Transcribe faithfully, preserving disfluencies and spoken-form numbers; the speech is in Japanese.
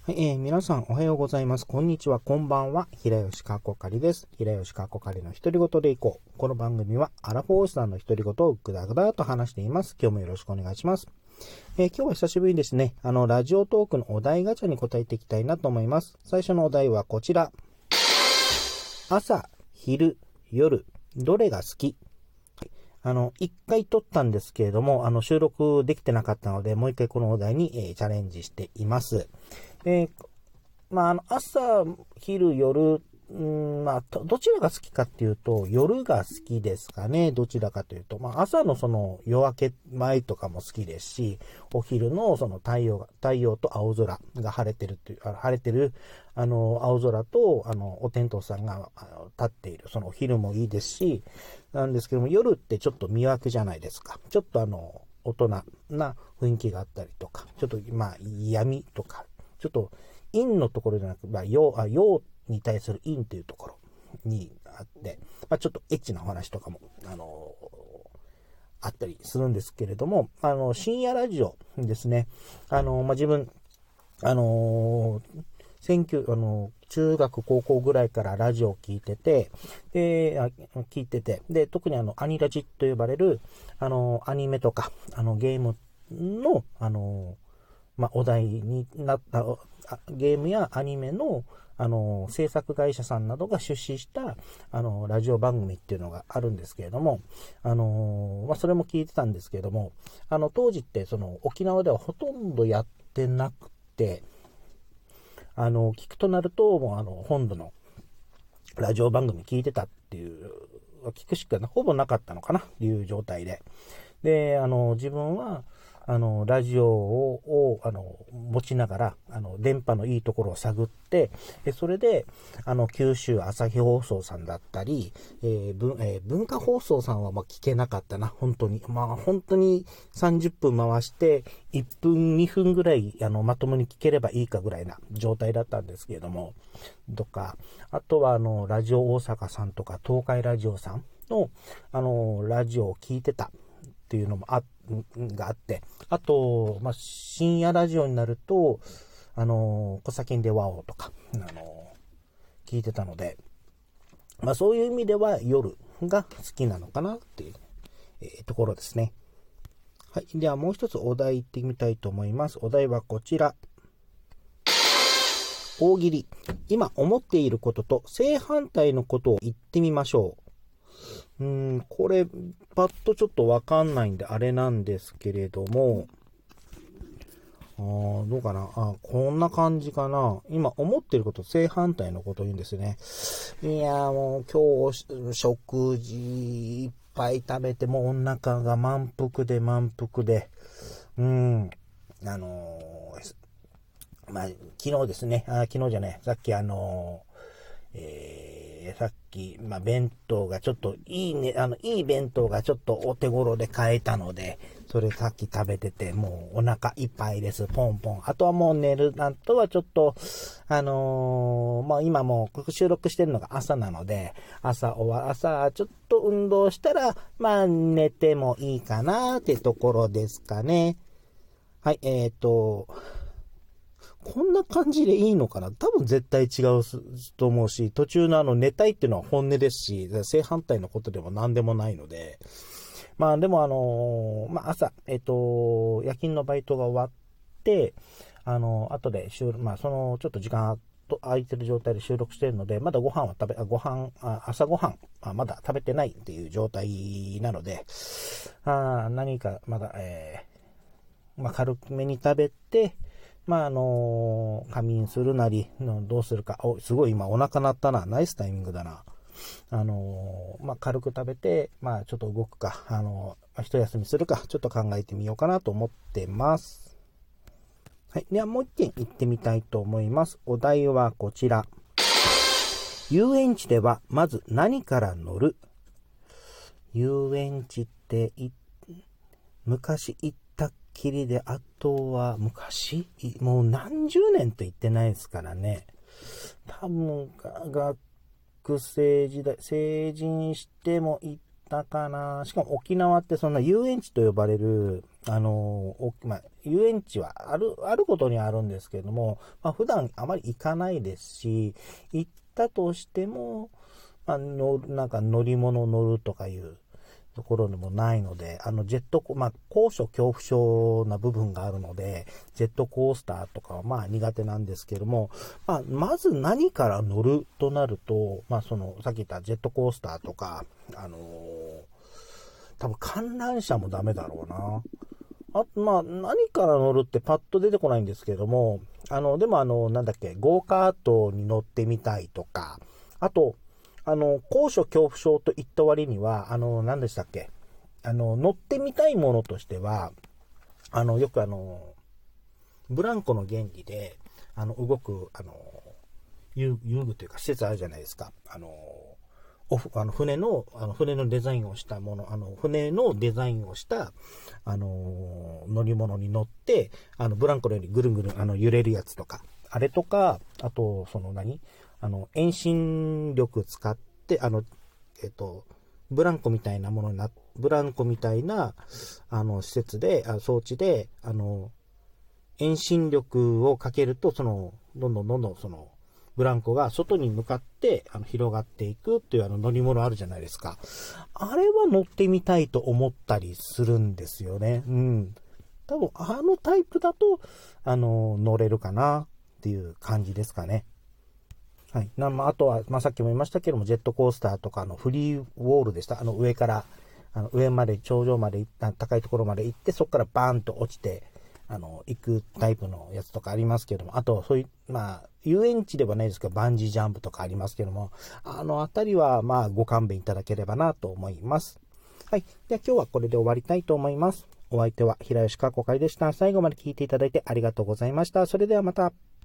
はい、えー、皆さんおはようございます。こんにちは、こんばんは。平吉かっこかりです。平吉かっこかりの独り言でいこう。この番組はアラフォーおじさんの独り言をぐだぐだと話しています。今日もよろしくお願いします。えー、今日は久しぶりにですね、あの、ラジオトークのお題ガチャに答えていきたいなと思います。最初のお題はこちら。朝、昼、夜、どれが好き？あの、一回撮ったんですけれども、あの、収録できてなかったので、もう一回このお題に、えー、チャレンジしています。えー、まあ、あの、朝、昼、夜、んまあ、どちらが好きかっていうと、夜が好きですかね。どちらかというと、まあ、朝のその夜明け前とかも好きですし、お昼のその太陽が、太陽と青空が晴れてるっていう、晴れてる、あの、青空と、あの、お天道さんが立っている、そのお昼もいいですし、なんですけども、夜ってちょっと魅惑じゃないですか。ちょっとあの、大人な雰囲気があったりとか、ちょっと、まあ、闇とか、ちょっと、陰のところじゃなく、まあ、陽、あ、陽に対する陰というところにあって、まあ、ちょっとエッチなお話とかも、あのー、あったりするんですけれども、あの、深夜ラジオですね。あの、まあ、自分、あのー、選挙、あの、中学、高校ぐらいからラジオを聞いてて、で、聞いてて、で、特にあの、アニラジと呼ばれる、あの、アニメとか、あの、ゲームの、あの、まあ、お題になった、ゲームやアニメの、あの、制作会社さんなどが出資した、あの、ラジオ番組っていうのがあるんですけれども、あの、まあ、それも聞いてたんですけれども、あの、当時って、その、沖縄ではほとんどやってなくて、あの、聞くとなると、もう、あの、本土のラジオ番組聞いてたっていう、聞くしかほぼなかったのかなっていう状態で。で、あの、自分は、あの、ラジオを、をあの、持ちながら、あの、電波のいいところを探って、それで、あの、九州朝日放送さんだったり、えー文えー、文化放送さんはまあ聞けなかったな、本当に。まあ、本当にさんじゅっぷん回して、いっぷん、にふんぐらい、あの、まともに聞ければいいかぐらいな状態だったんですけれども、とか、あとは、あの、ラジオ大阪さんとか、東海ラジオさんの、あの、ラジオを聞いてたっていうのもあ、があって、あと、まあ、深夜ラジオになると、あの、コサキンでワオとか、あの、聞いてたので、まあ、そういう意味では夜が好きなのかなっていう、えー、ところですね。はい。ではもう一つお題いってみたいと思います。お題はこちら。大喜利。今思っていることと正反対のことを言ってみましょう。うーん、これ、パッとちょっとわかんないんであれなんですけれども、あーどうかなあこんな感じかな今思ってること正反対のことを言うんですね。いやもう今日食事いっぱい食べてもうお腹が満腹で満腹で、うん、あのー、まあ、昨日ですね、あ昨日じゃない、さっきあのー、えー、さっき、まあ、弁当がちょっといいね、あの、いい弁当がちょっとお手頃で買えたので、それさっき食べてて、もうお腹いっぱいです。ポンポン。あとはもう寝る。あとはちょっと、あのー、まあ今もう収録してるのが朝なので、朝終わ、朝ちょっと運動したら、まあ寝てもいいかなってところですかね。はい、えーと、こんな感じでいいのかな？多分絶対違うと思うし、途中のあの寝たいっていうのは本音ですし、正反対のことでも何でもないので、まあでもあのー、まあ朝、えっと、夜勤のバイトが終わって、あのー、後で収録、まあそのちょっと時間と空いてる状態で収録してるので、まだご飯は食べ、ご飯、朝ご飯はまだ食べてないっていう状態なので、あ何かまだ、えー、まあ軽めに食べて、まああのー、仮眠するなり、どうするか、お、すごい今お腹鳴ったな、ナイスタイミングだな。あのー、まあ、軽く食べて、まあ、ちょっと動くか、あのー、一休みするか、ちょっと考えてみようかなと思ってます。はい。では、もう一件行ってみたいと思います。お題はこちら。遊園地では、まず何から乗る？遊園地ってい、昔行ったっきりで、あとは、昔もう何十年と言ってないですからね。多分、が、学生時代、成人しても行ったかな。しかも沖縄ってそんな遊園地と呼ばれる、あの、おまあ、遊園地はある、あることにあるんですけれども、まあ、普段あまり行かないですし、行ったとしても、まあ、のなんか乗り物乗るとかいうところでもないので、あのジェットコ、まあ、高所恐怖症な部分があるので、ジェットコースターとかはまあ苦手なんですけども、まあ、まず何から乗るとなると、まあ、その、さっき言ったジェットコースターとか、あのー、多分観覧車もダメだろうな。あまあ、何から乗るってパッと出てこないんですけども、あの、でもあの、なんだっけ、ゴーカートに乗ってみたいとか、あと、あの、高所恐怖症と言った割には、あの、何でしたっけ、あの、乗ってみたいものとしては、あの、よくあの、ブランコの原理で、あの、動く、あの、遊具というか施設あるじゃないですか。あの、オフ、あの、船の、あの、船のデザインをしたもの、あの、船のデザインをした、あの、乗り物に乗って、あの、ブランコのようにぐるぐる、あの、揺れるやつとか、あれとか、あと、その何あの、遠心力使って、あの、えっと、ブランコみたいなものにな、ブランコみたいな、あの、施設で、あ装置で、あの、遠心力をかけると、その、どんどんどんどん、その、ブランコが外に向かって、あの、広がっていくっていうあの乗り物あるじゃないですか。あれは乗ってみたいと思ったりするんですよね。うん。多分、あのタイプだと、あの、乗れるかなっていう感じですかね。はい。なまあ、あとは、まあ、さっきも言いましたけども、ジェットコースターとかのフリーウォールでした。あの、上から、あの、上まで、頂上まで行った、高いところまで行って、そこからバーンと落ちて、あの、行くタイプのやつとかありますけども、あと、そういう、まあ、遊園地ではないですけど、バンジージャンプとかありますけども、あのあたりは、まあ、ご勘弁いただければなと思います。はい。では、今日はこれで終わりたいと思います。お相手は、平吉かこかりでした。最後まで聞いていただいてありがとうございました。それではまた。